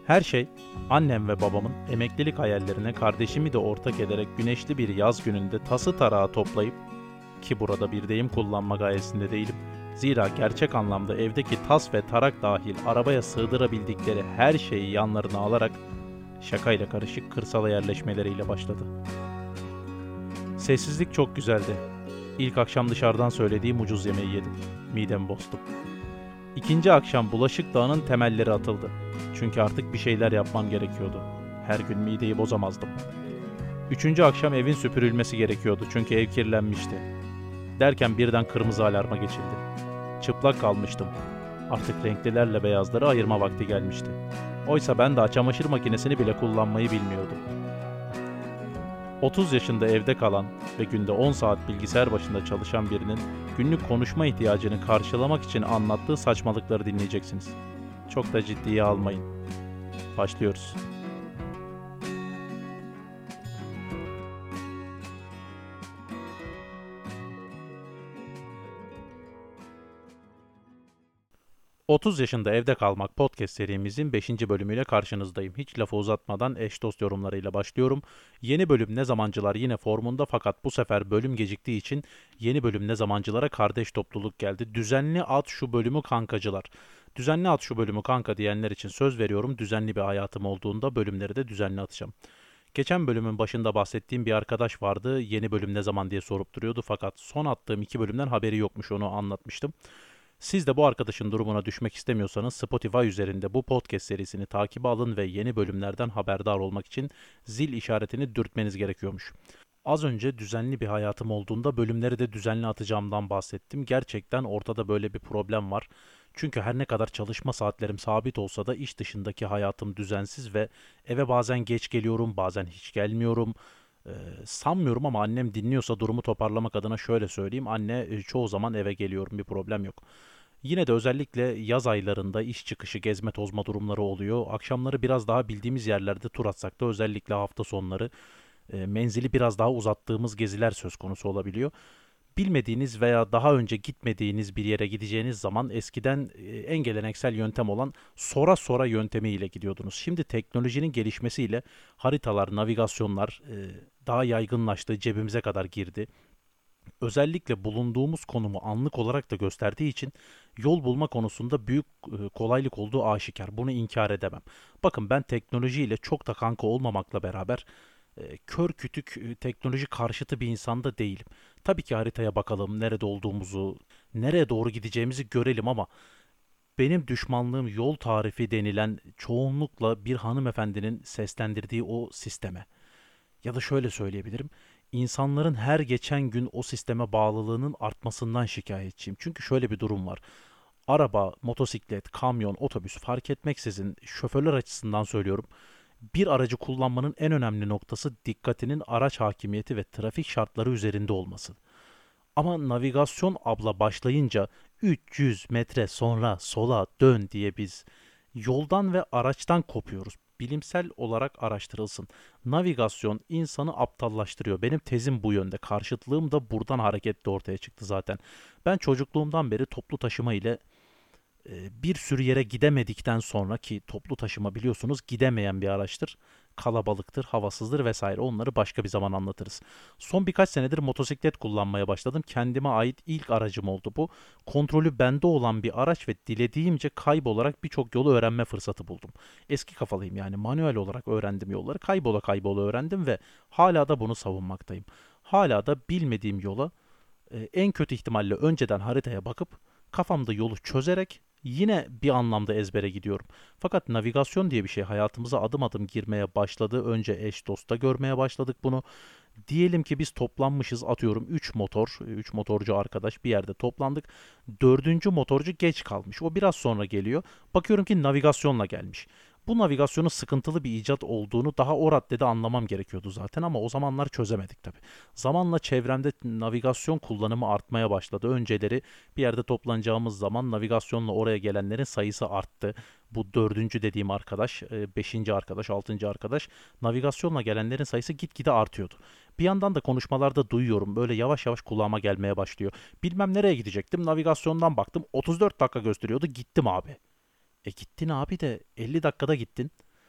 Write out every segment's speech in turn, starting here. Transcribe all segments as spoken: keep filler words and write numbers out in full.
Her şey, annem ve babamın emeklilik hayallerine kardeşimi de ortak ederek güneşli bir yaz gününde tası tarağı toplayıp, ki burada bir deyim kullanma gayesinde değilim, zira gerçek anlamda evdeki tas ve tarak dahil arabaya sığdırabildikleri her şeyi yanlarına alarak şakayla karışık kırsala yerleşmeleriyle başladı. Sessizlik çok güzeldi. İlk akşam dışarıdan söylediğim ucuz yemeği yedim. Midemi bozdum. İkinci akşam bulaşık dağının temelleri atıldı. Çünkü artık bir şeyler yapmam gerekiyordu. Her gün mideyi bozamazdım. Üçüncü akşam evin süpürülmesi gerekiyordu çünkü ev kirlenmişti. Derken birden kırmızı alarma geçildi. Çıplak kalmıştım. Artık renklilerle beyazları ayırma vakti gelmişti. Oysa ben daha çamaşır makinesini bile kullanmayı bilmiyordum. otuz yaşında evde kalan ve günde on saat bilgisayar başında çalışan birinin günlük konuşma ihtiyacını karşılamak için anlattığı saçmalıkları dinleyeceksiniz. Çok da ciddiye almayın. Başlıyoruz. otuz yaşında evde kalmak podcast serimizin beşinci bölümüyle karşınızdayım. Hiç lafı uzatmadan eş dost yorumlarıyla başlıyorum. Yeni bölüm ne zamancılar yine formunda, fakat bu sefer bölüm geciktiği için yeni bölüm ne zamancılara kardeş topluluk geldi. Düzenli at şu bölümü kankacılar. Düzenli at şu bölümü kanka diyenler için söz veriyorum, düzenli bir hayatım olduğunda bölümleri de düzenli atacağım. Geçen bölümün başında bahsettiğim bir arkadaş vardı. Yeni bölüm ne zaman diye sorup duruyordu, fakat son attığım iki bölümden haberi yokmuş, onu anlatmıştım. Siz de bu arkadaşın durumuna düşmek istemiyorsanız Spotify üzerinde bu podcast serisini takibe alın ve yeni bölümlerden haberdar olmak için zil işaretini dürtmeniz gerekiyormuş. Az önce düzenli bir hayatım olduğunda bölümleri de düzenli atacağımdan bahsettim. Gerçekten ortada böyle bir problem var. Çünkü her ne kadar çalışma saatlerim sabit olsa da iş dışındaki hayatım düzensiz ve eve bazen geç geliyorum, bazen hiç gelmiyorum. Ee, sanmıyorum ama annem dinliyorsa durumu toparlamak adına şöyle söyleyeyim. Anne, e, çoğu zaman eve geliyorum, bir problem yok. Yine de özellikle yaz aylarında iş çıkışı gezme tozma durumları oluyor. Akşamları biraz daha bildiğimiz yerlerde tur atsak da özellikle hafta sonları e, menzili biraz daha uzattığımız geziler söz konusu olabiliyor. Bilmediğiniz veya daha önce gitmediğiniz bir yere gideceğiniz zaman eskiden e, en geleneksel yöntem olan sora sora yöntemiyle gidiyordunuz. Şimdi teknolojinin gelişmesiyle haritalar, navigasyonlar e, daha yaygınlaştı, cebimize kadar girdi. Özellikle bulunduğumuz konumu anlık olarak da gösterdiği için yol bulma konusunda büyük e, kolaylık olduğu aşikar. Bunu inkar edemem. Bakın, ben teknolojiyle çok da kanka olmamakla beraber e, kör kütük e, teknoloji karşıtı bir insan da değilim. Tabii ki haritaya bakalım, nerede olduğumuzu, nereye doğru gideceğimizi görelim, ama benim düşmanlığım yol tarifi denilen çoğunlukla bir hanımefendinin seslendirdiği o sisteme. Ya da şöyle söyleyebilirim. İnsanların her geçen gün o sisteme bağlılığının artmasından şikayetçiyim. Çünkü şöyle bir durum var. Araba, motosiklet, kamyon, otobüs fark etmeksizin, şoförler açısından söylüyorum. Bir aracı kullanmanın en önemli noktası dikkatinin araç hakimiyeti ve trafik şartları üzerinde olması. Ama navigasyon abla başlayınca üç yüz metre sonra sola dön diye biz yoldan ve araçtan kopuyoruz. Bilimsel olarak araştırılsın. Navigasyon insanı aptallaştırıyor. Benim tezim bu yönde. Karşıtlığım da buradan hareketle ortaya çıktı zaten. Ben çocukluğumdan beri toplu taşıma ile e, bir sürü yere gidemedikten sonra, ki toplu taşıma biliyorsunuz gidemeyen bir araçtır. Kalabalıktır, havasızdır vesaire. Onları başka bir zaman anlatırız. Son birkaç senedir motosiklet kullanmaya başladım. Kendime ait ilk aracım oldu bu. Kontrolü bende olan bir araç ve dilediğimce kaybolarak birçok yolu öğrenme fırsatı buldum. Eski kafalıyım, yani manuel olarak öğrendim yolları. Kaybola kaybola öğrendim ve hala da bunu savunmaktayım. Hala da bilmediğim yola e, en kötü ihtimalle önceden haritaya bakıp kafamda yolu çözerek yine bir anlamda ezbere gidiyorum. Fakat navigasyon diye bir şey hayatımıza adım adım girmeye başladı. Önce eş dosta görmeye başladık bunu. Diyelim ki biz toplanmışız, atıyorum üç motor, üç motorcu arkadaş bir yerde toplandık. Dördüncü motorcu geç kalmış. O biraz sonra geliyor. Bakıyorum ki navigasyonla gelmiş. Bu navigasyonun sıkıntılı bir icat olduğunu daha o raddede anlamam gerekiyordu zaten, ama o zamanlar çözemedik tabii. Zamanla çevremde navigasyon kullanımı artmaya başladı. Önceleri bir yerde toplanacağımız zaman navigasyonla oraya gelenlerin sayısı arttı. Bu dördüncü dediğim arkadaş, e, beşinci arkadaş, altıncı arkadaş, navigasyonla gelenlerin sayısı gitgide artıyordu. Bir yandan da konuşmalarda duyuyorum, böyle yavaş yavaş kulağıma gelmeye başlıyor. Bilmem nereye gidecektim, navigasyondan baktım otuz dört dakika gösteriyordu, gittim abi. E gittin abi de elli dakikada gittin.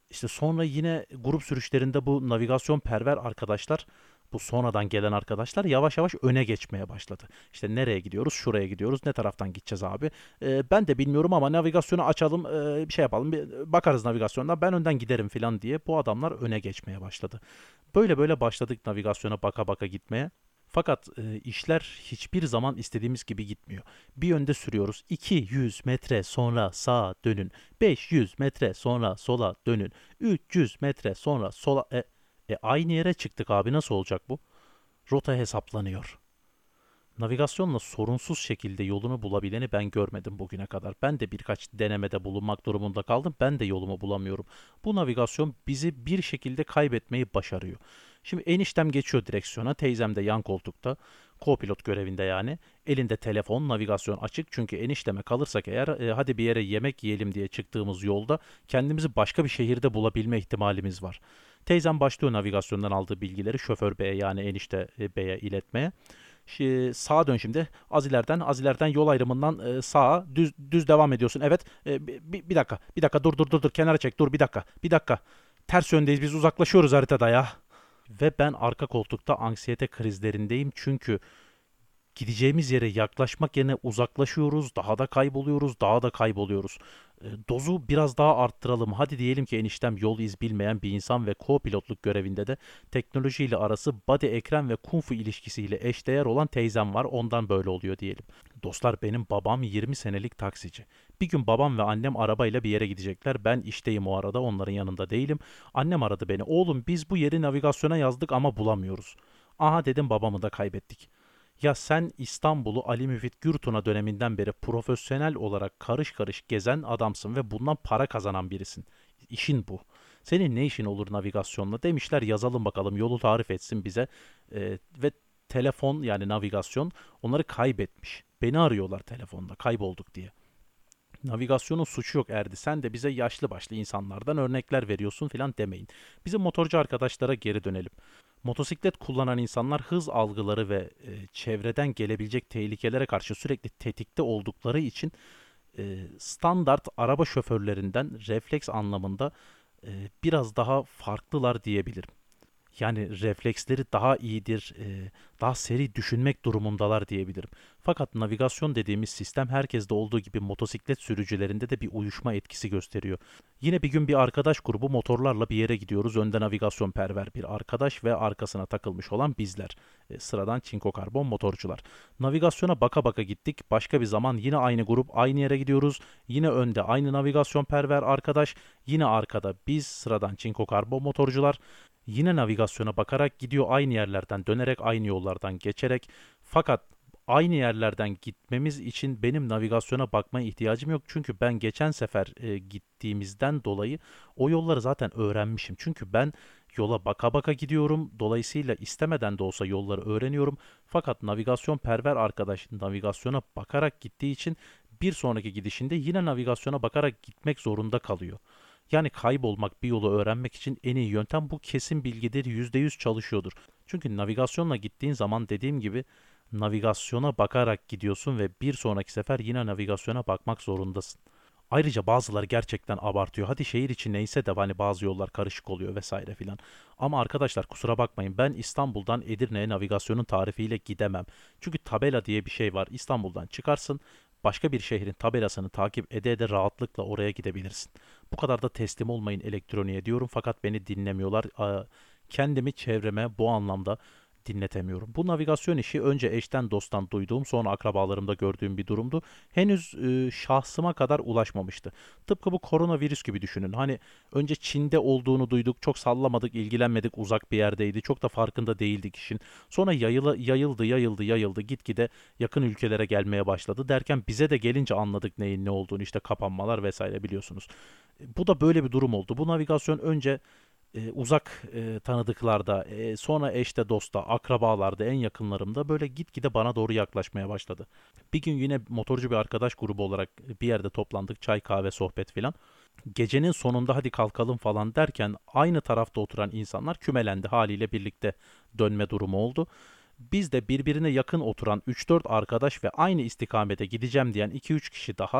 İşte sonra yine grup sürüşlerinde bu navigasyon perver arkadaşlar, bu sonradan gelen arkadaşlar yavaş yavaş öne geçmeye başladı. İşte nereye gidiyoruz? Şuraya gidiyoruz. Ne taraftan gideceğiz abi? Ee, ben de bilmiyorum ama navigasyonu açalım, e, bir şey yapalım, bir bakarız navigasyondan. Ben önden giderim falan diye bu adamlar öne geçmeye başladı. Böyle böyle başladık navigasyona baka baka gitmeye. Fakat e, işler hiçbir zaman istediğimiz gibi gitmiyor. Bir yönde sürüyoruz. iki yüz metre sonra sağa dönün. beş yüz metre sonra sola dönün. üç yüz metre sonra sola... E, e aynı yere çıktık abi, nasıl olacak bu? Rota hesaplanıyor. Navigasyonla sorunsuz şekilde yolunu bulabileni ben görmedim bugüne kadar. Ben de birkaç denemede bulunmak durumunda kaldım. Ben de yolumu bulamıyorum. Bu navigasyon bizi bir şekilde kaybetmeyi başarıyor. Şimdi eniştem geçiyor direksiyona, teyzem de yan koltukta. Co-pilot görevinde yani. Elinde telefon, navigasyon açık. Çünkü enişteme kalırsak eğer, e, hadi bir yere yemek yiyelim diye çıktığımız yolda kendimizi başka bir şehirde bulabilme ihtimalimiz var. Teyzem başlıyor navigasyondan aldığı bilgileri şoför beye, yani enişte e, beye iletmeye. Şi- sağa dön şimdi. Az ileriden, az ileriden yol ayrımından e, sağa düz düz devam ediyorsun. Evet. E, bir, bir, bir dakika. Bir dakika, dur dur dur dur. Kenara çek. Dur bir dakika. Bir dakika. Ters yöndeyiz. Biz uzaklaşıyoruz haritada ya. Ve ben arka koltukta anksiyete krizlerindeyim. Çünkü gideceğimiz yere yaklaşmak yerine uzaklaşıyoruz, daha da kayboluyoruz, daha da kayboluyoruz. E, dozu biraz daha arttıralım. Hadi diyelim ki eniştem yol iz bilmeyen bir insan ve co-pilotluk görevinde de teknolojiyle arası body ekran ve kung fu ilişkisiyle eşdeğer olan teyzem var. Ondan böyle oluyor diyelim. Dostlar, benim babam yirmi senelik taksici. Bir gün babam ve annem arabayla bir yere gidecekler. Ben işteyim o arada, onların yanında değilim. Annem aradı beni. Oğlum, biz bu yeri navigasyona yazdık ama bulamıyoruz. Aha dedim, babamı da kaybettik. Ya sen İstanbul'u Ali Müfit Gürtuna döneminden beri profesyonel olarak karış karış gezen adamsın ve bundan para kazanan birisin. İşin bu. Senin ne işin olur navigasyonla? Demişler yazalım bakalım, yolu tarif etsin bize. Ee, ve telefon, yani navigasyon, onları kaybetmiş. Beni arıyorlar telefonda, kaybolduk diye. Navigasyonun suçu yok Erdi. Sen de bize yaşlı başlı insanlardan örnekler veriyorsun filan demeyin. Bizim motorcu arkadaşlara geri dönelim. Motosiklet kullanan insanlar hız algıları ve e, çevreden gelebilecek tehlikelere karşı sürekli tetikte oldukları için e, standart araba şoförlerinden refleks anlamında e, biraz daha farklılar diyebilirim. Yani refleksleri daha iyidir, e, daha seri düşünmek durumundalar diyebilirim. Fakat navigasyon dediğimiz sistem herkeste olduğu gibi motosiklet sürücülerinde de bir uyuşma etkisi gösteriyor. Yine bir gün bir arkadaş grubu motorlarla bir yere gidiyoruz. Önde navigasyon perver bir arkadaş ve arkasına takılmış olan bizler. E, sıradan çinko karbon motorcular. Navigasyona baka baka gittik. Başka bir zaman yine aynı grup, aynı yere gidiyoruz. Yine önde aynı navigasyon perver arkadaş. Yine arkada biz, sıradan çinko karbon motorcular. Yine navigasyona bakarak gidiyor, aynı yerlerden dönerek, aynı yollardan geçerek. Fakat aynı yerlerden gitmemiz için benim navigasyona bakmaya ihtiyacım yok. Çünkü ben geçen sefer e, gittiğimizden dolayı o yolları zaten öğrenmişim. Çünkü ben yola baka baka gidiyorum. Dolayısıyla istemeden de olsa yolları öğreniyorum. Fakat navigasyon perver arkadaş navigasyona bakarak gittiği için bir sonraki gidişinde yine navigasyona bakarak gitmek zorunda kalıyor. Yani kaybolmak, bir yolu öğrenmek için en iyi yöntem bu, kesin bilgidir, yüzde yüz çalışıyordur. Çünkü navigasyonla gittiğin zaman, dediğim gibi, navigasyona bakarak gidiyorsun ve bir sonraki sefer yine navigasyona bakmak zorundasın. Ayrıca bazıları gerçekten abartıyor. Hadi şehir içi neyse de hani bazı yollar karışık oluyor vesaire filan. Ama arkadaşlar, kusura bakmayın, ben İstanbul'dan Edirne'ye navigasyonun tarifiyle gidemem. Çünkü tabela diye bir şey var. İstanbul'dan çıkarsın, başka bir şehrin tabelasını takip ede ede rahatlıkla oraya gidebilirsin. Bu kadar da teslim olmayın elektroniğe diyorum, fakat beni dinlemiyorlar. Kendimi çevreme bu anlamda dinletemiyorum. Bu navigasyon işi önce eşten dosttan duyduğum, sonra akrabalarımda gördüğüm bir durumdu. Henüz e, şahsıma kadar ulaşmamıştı. Tıpkı bu koronavirüs gibi düşünün. Hani önce Çin'de olduğunu duyduk, çok sallamadık, ilgilenmedik, uzak bir yerdeydi. Çok da farkında değildik işin. Sonra yayıla, yayıldı, yayıldı, yayıldı. Gitgide yakın ülkelere gelmeye başladı. Derken bize de gelince anladık neyin ne olduğunu. İşte kapanmalar vesaire, biliyorsunuz. E, Bu da böyle bir durum oldu. Bu navigasyon önce e, uzak e, tanıdıklarda, e, sonra eşte dosta, akrabalarda, en yakınlarımda böyle gitgide bana doğru yaklaşmaya başladı. Bir gün yine motorcu bir arkadaş grubu olarak bir yerde toplandık, çay kahve sohbet filan. Gecenin sonunda hadi kalkalım falan derken aynı tarafta oturan insanlar kümelendi, haliyle birlikte dönme durumu oldu. Biz de birbirine yakın oturan üç dört arkadaş ve aynı istikamete gideceğim diyen iki üç kişi daha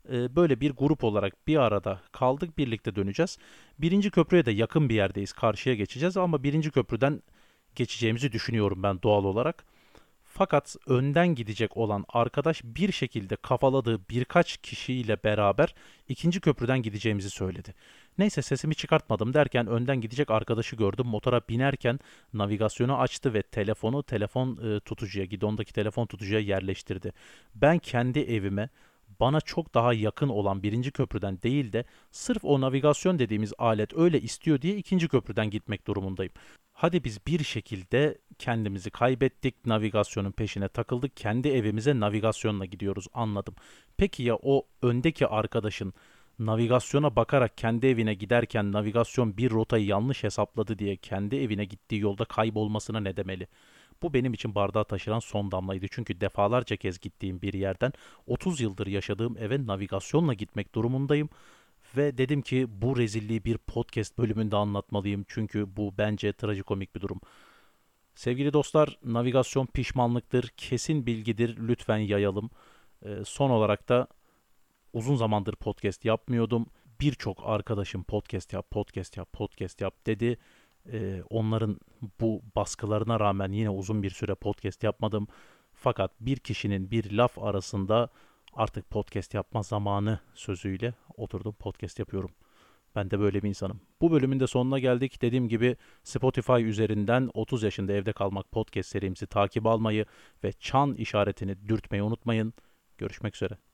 e, böyle bir grup olarak bir arada kaldık, birlikte döneceğiz. Birinci köprüye de yakın bir yerdeyiz, karşıya geçeceğiz ama birinci köprüden geçeceğimizi düşünüyorum ben doğal olarak. Fakat önden gidecek olan arkadaş bir şekilde kafaladığı birkaç kişiyle beraber ikinci köprüden gideceğimizi söyledi. Neyse sesimi çıkartmadım derken önden gidecek arkadaşı gördüm. Motora binerken navigasyonu açtı ve telefonu telefon e, tutucuya, gidondaki telefon tutucuya yerleştirdi. Ben kendi evime bana çok daha yakın olan birinci köprüden değil de sırf o navigasyon dediğimiz alet öyle istiyor diye ikinci köprüden gitmek durumundayım. Hadi biz bir şekilde kendimizi kaybettik, navigasyonun peşine takıldık, kendi evimize navigasyonla gidiyoruz, anladım. Peki ya o öndeki arkadaşın navigasyona bakarak kendi evine giderken navigasyon bir rotayı yanlış hesapladı diye kendi evine gittiği yolda kaybolmasına ne demeli? Bu benim için bardağı taşıran son damlaydı. Çünkü defalarca kez gittiğim bir yerden otuz yıldır yaşadığım eve navigasyonla gitmek durumundayım. Ve dedim ki bu rezilliği bir podcast bölümünde anlatmalıyım. Çünkü bu bence trajikomik bir durum. Sevgili dostlar, navigasyon pişmanlıktır, kesin bilgidir. Lütfen yayalım. Ee, son olarak da uzun zamandır podcast yapmıyordum. Birçok arkadaşım podcast yap, podcast yap, podcast yap dedi. Ee, onların bu baskılarına rağmen yine uzun bir süre podcast yapmadım. Fakat bir kişinin bir laf arasında artık podcast yapma zamanı sözüyle oturdum podcast yapıyorum. Ben de böyle bir insanım. Bu bölümün de sonuna geldik. Dediğim gibi Spotify üzerinden otuz yaşında evde kalmak podcast serimizi takip almayı ve çan işaretini dürtmeyi unutmayın. Görüşmek üzere.